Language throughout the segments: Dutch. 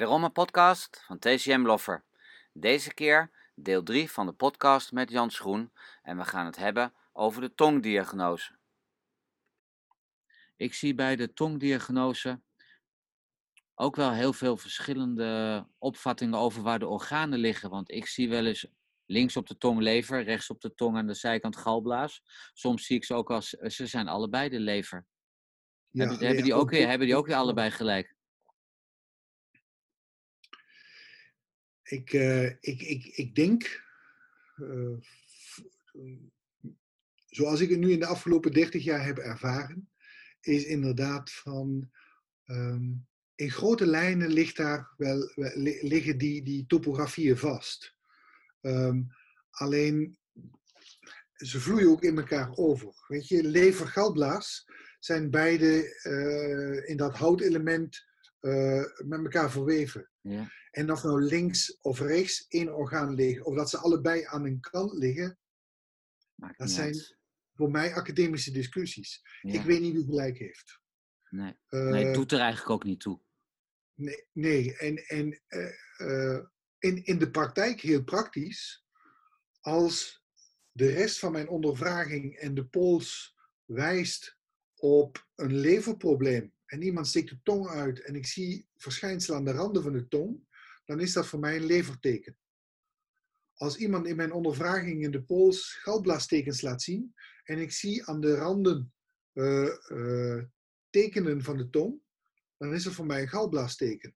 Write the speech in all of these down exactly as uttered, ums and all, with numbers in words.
Wederom een podcast van T C M Loffer. Deze keer deel drie van de podcast met Jan Schroen en we gaan het hebben over de tongdiagnose. Ik zie bij de tongdiagnose ook wel heel veel verschillende opvattingen over waar de organen liggen. Want ik zie wel eens links op de tong lever, rechts op de tong aan de zijkant galblaas. Soms zie ik ze ook als, ze zijn allebei de lever. Ja, hebben, hebben, die ook weer, hebben die ook weer allebei gelijk? Ik, uh, ik, ik, ik denk, uh, zoals ik het nu in de afgelopen dertig jaar heb ervaren, is inderdaad van, um, in grote lijnen ligt daar wel, liggen die, die topografieën vast. Um, alleen, ze vloeien ook in elkaar over. Weet je, lever, galblaas zijn beide uh, in dat houtelement uh, met elkaar verweven. Ja. En of nou links of rechts één orgaan liggen, of dat ze allebei aan een kant liggen, Maakt dat niet zijn uit. voor mij academische discussies. Ja. Ik weet niet wie gelijk heeft. Nee. Uh, nee, het doet er eigenlijk ook niet toe. Nee, nee. en, en uh, uh, in, in de praktijk heel praktisch, als de rest van mijn ondervraging en de pols wijst op een leverprobleem en iemand steekt de tong uit en ik zie verschijnselen aan de randen van de tong, dan is dat voor mij een leverteken. Als iemand in mijn ondervraging in de pols galblaastekens laat zien en ik zie aan de randen uh, uh, tekenen van de tong, dan is dat voor mij een galblaasteken.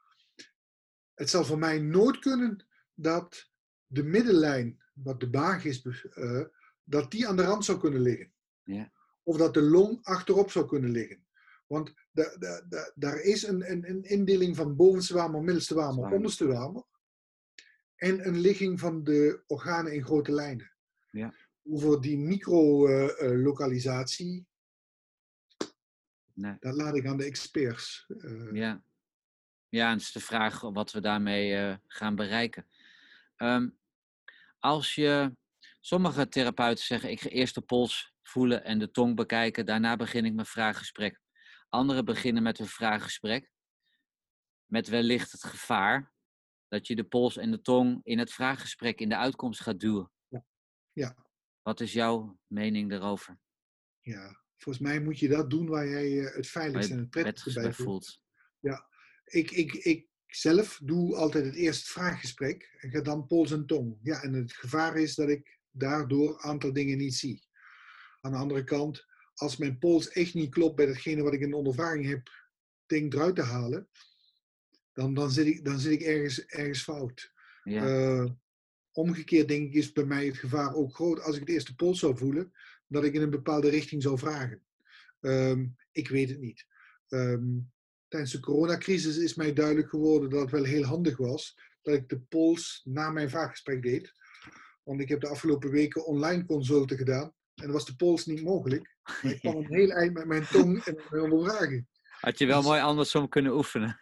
Het zal voor mij nooit kunnen dat de middenlijn, wat de baag is, uh, dat die aan de rand zou kunnen liggen. Ja. Of dat de long achterop zou kunnen liggen. Want da, da, da, daar is een, een, een indeling van bovenste wamer, middelste wamer, onderste wamer. En een ligging van de organen in grote lijnen. Ja. Over die micro-lokalisatie, uh, nee. dat laat ik aan de experts. Uh, ja. ja, en het is de vraag wat we daarmee uh, gaan bereiken. Um, als je, sommige therapeuten zeggen, ik ga eerst de pols voelen en de tong bekijken, daarna begin ik mijn vraaggesprek. Anderen beginnen met een vraaggesprek, met wellicht het gevaar dat je de pols en de tong in het vraaggesprek in de uitkomst gaat duwen. Ja. ja. Wat is jouw mening daarover? Ja, volgens mij moet je dat doen waar jij het veiligst en het prettigste bij voelt. Ja, ik, ik, ik zelf doe altijd het eerst vraaggesprek en ga dan pols en tong. Ja, en het gevaar is dat ik daardoor een aantal dingen niet zie. Aan de andere kant, als mijn pols echt niet klopt bij datgene wat ik in de ondervraging heb denk eruit te halen, dan, dan, zit, ik, dan zit ik ergens, ergens fout. Ja. Uh, omgekeerd denk ik is bij mij het gevaar ook groot als ik het eerst de pols zou voelen, dat ik in een bepaalde richting zou vragen. Um, ik weet het niet. Um, tijdens de coronacrisis is mij duidelijk geworden dat het wel heel handig was dat ik de pols na mijn vraaggesprek deed. Want ik heb de afgelopen weken online consulten gedaan en dan was de pols niet mogelijk. Maar ik kwam een heel eind met mijn tong en mijn ondervraging. Had je wel dus... mooi andersom kunnen oefenen.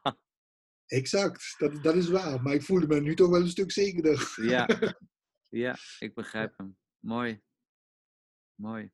Exact, dat, dat is waar. Maar ik voelde me nu toch wel een stuk zekerder. Ja, ja ik begrijp ja. hem. Mooi. Mooi.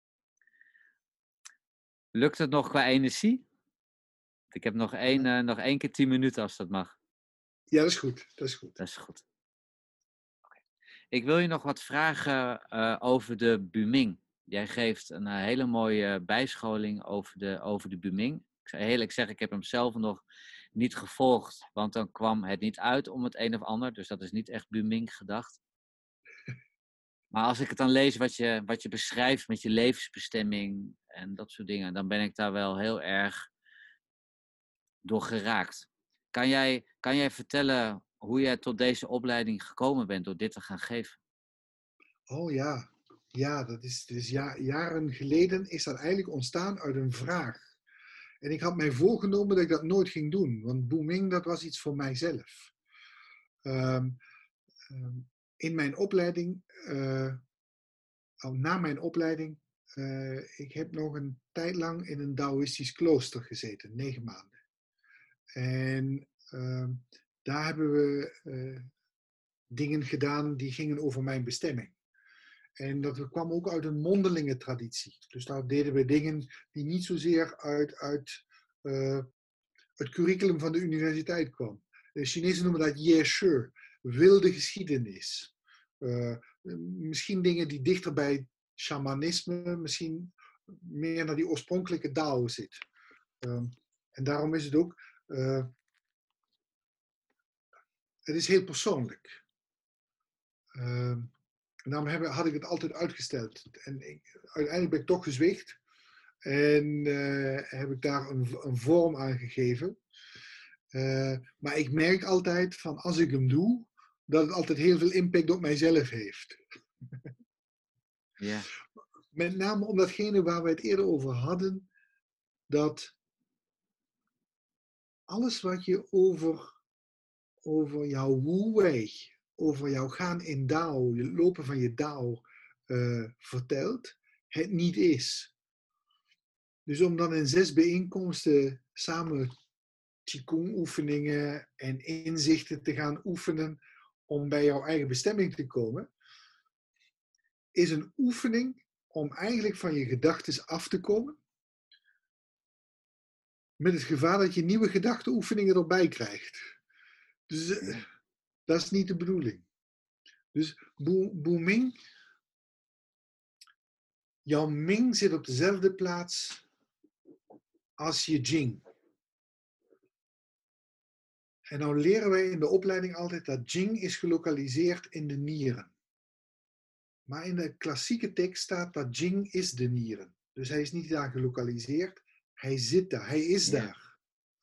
Lukt het nog qua energie? Ik heb nog één, ja. uh, nog één keer tien minuten als dat mag. Ja, dat is goed. Dat is goed. Dat is goed. Okay. Ik wil je nog wat vragen uh, over de Buming. Jij geeft een uh, hele mooie bijscholing over de, over de Buming. Ik zou eerlijk zeggen, ik heb hem zelf nog niet gevolgd, want dan kwam het niet uit om het een of ander. Dus dat is niet echt Buming gedacht. Maar als ik het dan lees wat je, wat je beschrijft met je levensbestemming en dat soort dingen, dan ben ik daar wel heel erg door geraakt. Kan jij, kan jij vertellen hoe jij tot deze opleiding gekomen bent door dit te gaan geven? Oh ja, ja, dat is, dus ja, jaren geleden is dat eigenlijk ontstaan uit een vraag. En ik had mij voorgenomen dat ik dat nooit ging doen, want Buming, dat was iets voor mijzelf. Um, um, in mijn opleiding, uh, na mijn opleiding, uh, ik heb nog een tijd lang in een Taoïstisch klooster gezeten, negen maanden. En uh, daar hebben we uh, dingen gedaan die gingen over mijn bestemming. En dat kwam ook uit een mondelinge traditie. Dus daar deden we dingen die niet zozeer uit, uit, uh, het curriculum van de universiteit kwam. De Chinezen noemen dat Ye wilde geschiedenis. Uh, misschien dingen die dichter bij shamanisme, misschien meer naar die oorspronkelijke Dao zit. Um, en daarom is het ook, uh, het is heel persoonlijk. Uh, en daarom heb, had ik het altijd uitgesteld. En ik, uiteindelijk ben ik toch gezwicht. En uh, heb ik daar een, een vorm aan gegeven. Uh, maar ik merk altijd van als ik hem doe, dat het altijd heel veel impact op mijzelf heeft. Ja. Met name om datgene waar we het eerder over hadden, dat alles wat je over, over jouw wu-wei, over jouw gaan in Dao, je lopen van je Dao uh, vertelt, het niet is. Dus om dan in zes bijeenkomsten samen Qigong oefeningen en inzichten te gaan oefenen om bij jouw eigen bestemming te komen, is een oefening om eigenlijk van je gedachten af te komen, met het gevaar dat je nieuwe gedachtenoefeningen erbij krijgt. Dus uh, dat is niet de bedoeling. Dus Wu Ming, jouw Ming zit op dezelfde plaats als je Jing. En nou leren wij in de opleiding altijd dat Jing is gelokaliseerd in de nieren. Maar in de klassieke tekst staat dat Jing is de nieren. Dus hij is niet daar gelokaliseerd, hij zit daar, hij is Ja. daar.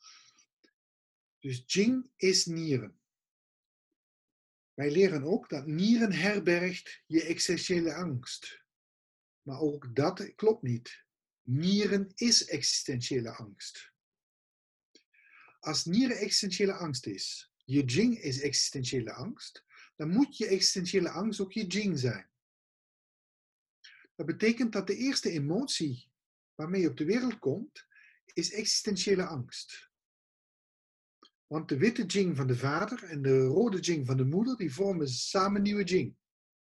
Dus Jing is nieren. Wij leren ook dat nieren herbergt je existentiële angst. Maar ook dat klopt niet. Nieren is existentiële angst. Als nieren existentiële angst is, je Jing is existentiële angst, dan moet je existentiële angst ook je Jing zijn. Dat betekent dat de eerste emotie waarmee je op de wereld komt, is existentiële angst. Want de witte Jing van de vader en de rode Jing van de moeder, die vormen samen nieuwe Jing.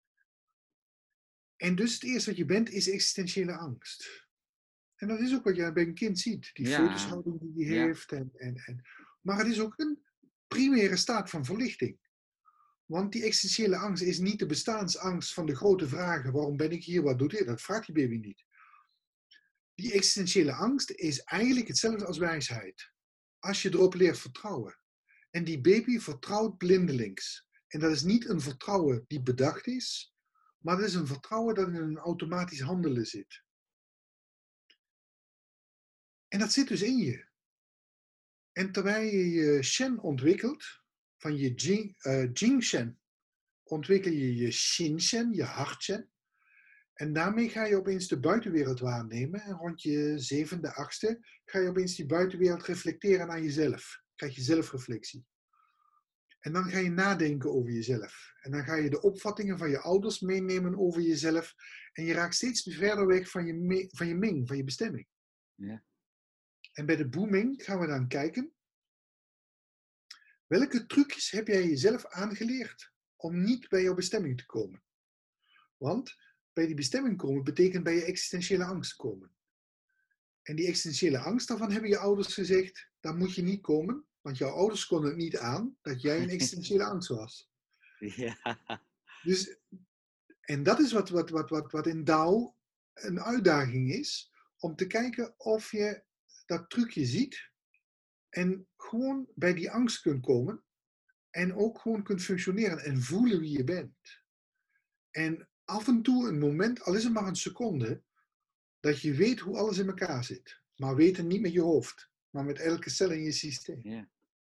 En dus het eerste wat je bent, is existentiële angst. En dat is ook wat je bij een kind ziet. Die Ja. feutushouding die hij Ja. heeft. En, en, en. Maar het is ook een primaire staat van verlichting. Want die existentiële angst is niet de bestaansangst van de grote vragen. Waarom ben ik hier? Wat doet hij? Dat vraagt die baby niet. Die existentiële angst is eigenlijk hetzelfde als wijsheid. Als je erop leert vertrouwen. En die baby vertrouwt blindelings. En dat is niet een vertrouwen die bedacht is. Maar dat is een vertrouwen dat in een automatisch handelen zit. En dat zit dus in je. En terwijl je je Shen ontwikkelt, van je Jing, uh, Jing Shen, ontwikkel je je Xin Shen, je Hart Shen. En daarmee ga je opeens de buitenwereld waarnemen. En rond je zevende, achtste ga je opeens die buitenwereld reflecteren aan jezelf. Krijg je zelfreflectie. En dan ga je nadenken over jezelf. En dan ga je de opvattingen van je ouders meenemen over jezelf. En je raakt steeds verder weg van je, me, van je Ming, van je bestemming. Ja. En bij de booming gaan we dan kijken. Welke trucjes heb jij jezelf aangeleerd om niet bij jouw bestemming te komen? Want bij die bestemming komen betekent bij je existentiële angst komen. En die existentiële angst, daarvan hebben je ouders gezegd, daar moet je niet komen. Want jouw ouders konden het niet aan dat jij een existentiële angst was. Ja. Dus, en dat is wat, wat, wat, wat, wat in Dao een uitdaging is. Om te kijken of je dat trucje ziet. En gewoon bij die angst kunt komen. En ook gewoon kunt functioneren en voelen wie je bent. En af en toe een moment, al is het maar een seconde, dat je weet hoe alles in elkaar zit. Maar weten niet met je hoofd, maar met elke cel in je systeem. Yeah.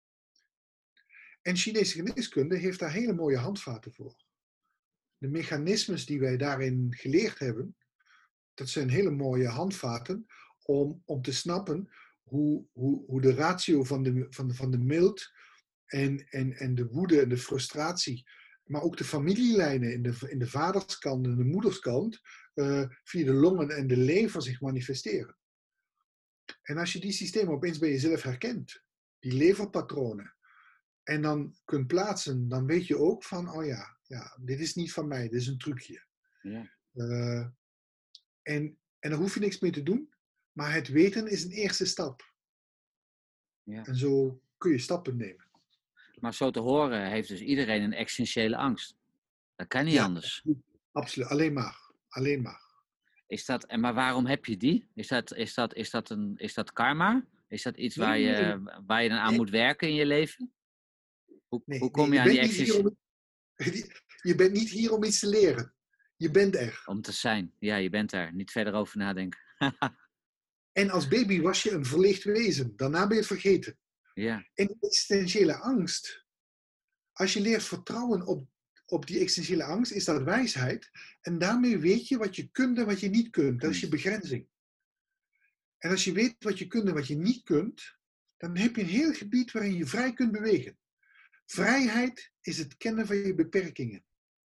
En Chinese geneeskunde heeft daar hele mooie handvaten voor. De mechanismes die wij daarin geleerd hebben, dat zijn hele mooie handvaten om, om te snappen hoe, hoe, hoe de ratio van de, van de, van de mild en, en, en de woede en de frustratie, maar ook de familielijnen in de, in de vaderskant en de moederskant, uh, via de longen en de lever zich manifesteren. En als je die systemen opeens bij jezelf herkent, die leverpatronen, en dan kunt plaatsen, dan weet je ook van, oh ja, ja dit is niet van mij, dit is een trucje. Ja. Uh, en, en daar hoef je niks mee te doen, maar het weten is een eerste stap. Ja. En zo kun je stappen nemen. Maar zo te horen heeft dus iedereen een existentiële angst. Dat kan niet Ja, anders. absoluut. Alleen maar. Alleen maar. Is dat, en maar waarom heb je die? Is dat, is dat, is dat, een, is dat karma? Is dat iets Nee, waar nee, nee. je, waar je dan aan Nee, moet werken in je leven? Hoe, hoe nee, nee. kom je Je aan die bent niet hier existentie? om, je bent niet hier om iets te leren. Je bent er. Om te zijn. Ja, je bent daar. Niet verder over nadenken. En als baby was je een verlicht wezen. Daarna ben je het vergeten. Ja. En die existentiële angst, als je leert vertrouwen op, op die existentiële angst, is dat wijsheid. En daarmee weet je wat je kunt en wat je niet kunt. Dat is je begrenzing. En als je weet wat je kunt en wat je niet kunt, dan heb je een heel gebied waarin je vrij kunt bewegen. Vrijheid is het kennen van je beperkingen.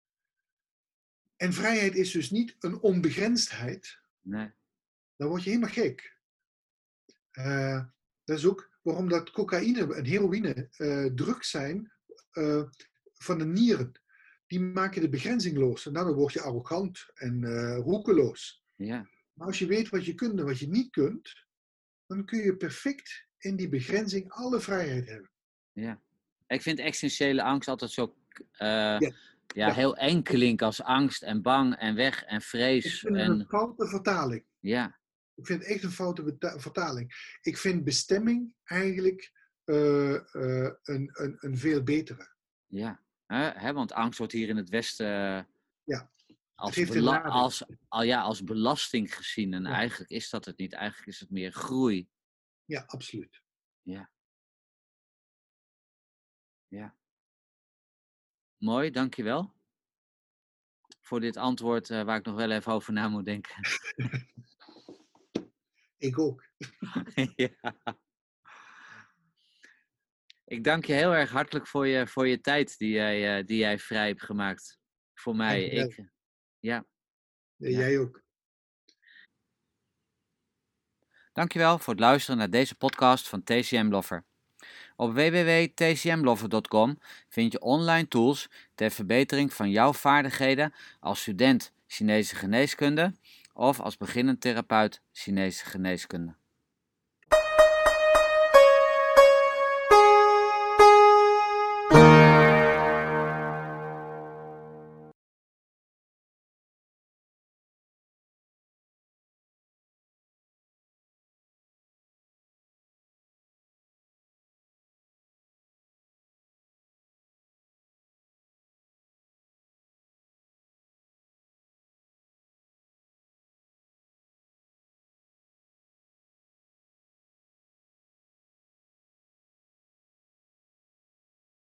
En vrijheid is dus niet een onbegrensdheid. Nee. Dan word je helemaal gek. Uh, dat is ook waarom dat cocaïne en heroïne uh, drugs zijn uh, van de nieren. Die maken de begrenzing los. En daardoor word je arrogant en uh, roekeloos. Ja. Maar als je weet wat je kunt en wat je niet kunt, dan kun je perfect in die begrenzing alle vrijheid hebben. Ja. Ik vind existentiële angst altijd zo uh, Ja. ja, Ja. heel eng klinken als angst en bang en weg en Ik vrees. vind het En... een foute vertaling. Ja. Ik vind het echt een foute vertaling. Ik vind bestemming eigenlijk uh, uh, een, een, een veel betere. Ja, hè, hè, want angst wordt hier in het Westen uh, ja. als, bela als, al, ja, als belasting gezien. En ja. eigenlijk is dat het niet. Eigenlijk is het meer groei. Ja, absoluut. Ja. Ja. Mooi, dankjewel. Voor dit antwoord uh, waar ik nog wel even over na moet denken. Ik ook. Ja. Ik dank je heel erg hartelijk voor je, voor je tijd die jij, uh, die jij vrij hebt gemaakt. Voor mij. Ik, ja. Nee, ja. Jij ook. Dankjewel voor het luisteren naar deze podcast van T C M Lover. Op w w w punt t c m lover punt com vind je online tools ter verbetering van jouw vaardigheden als student Chinese geneeskunde of als beginnend therapeut Chinese geneeskunde.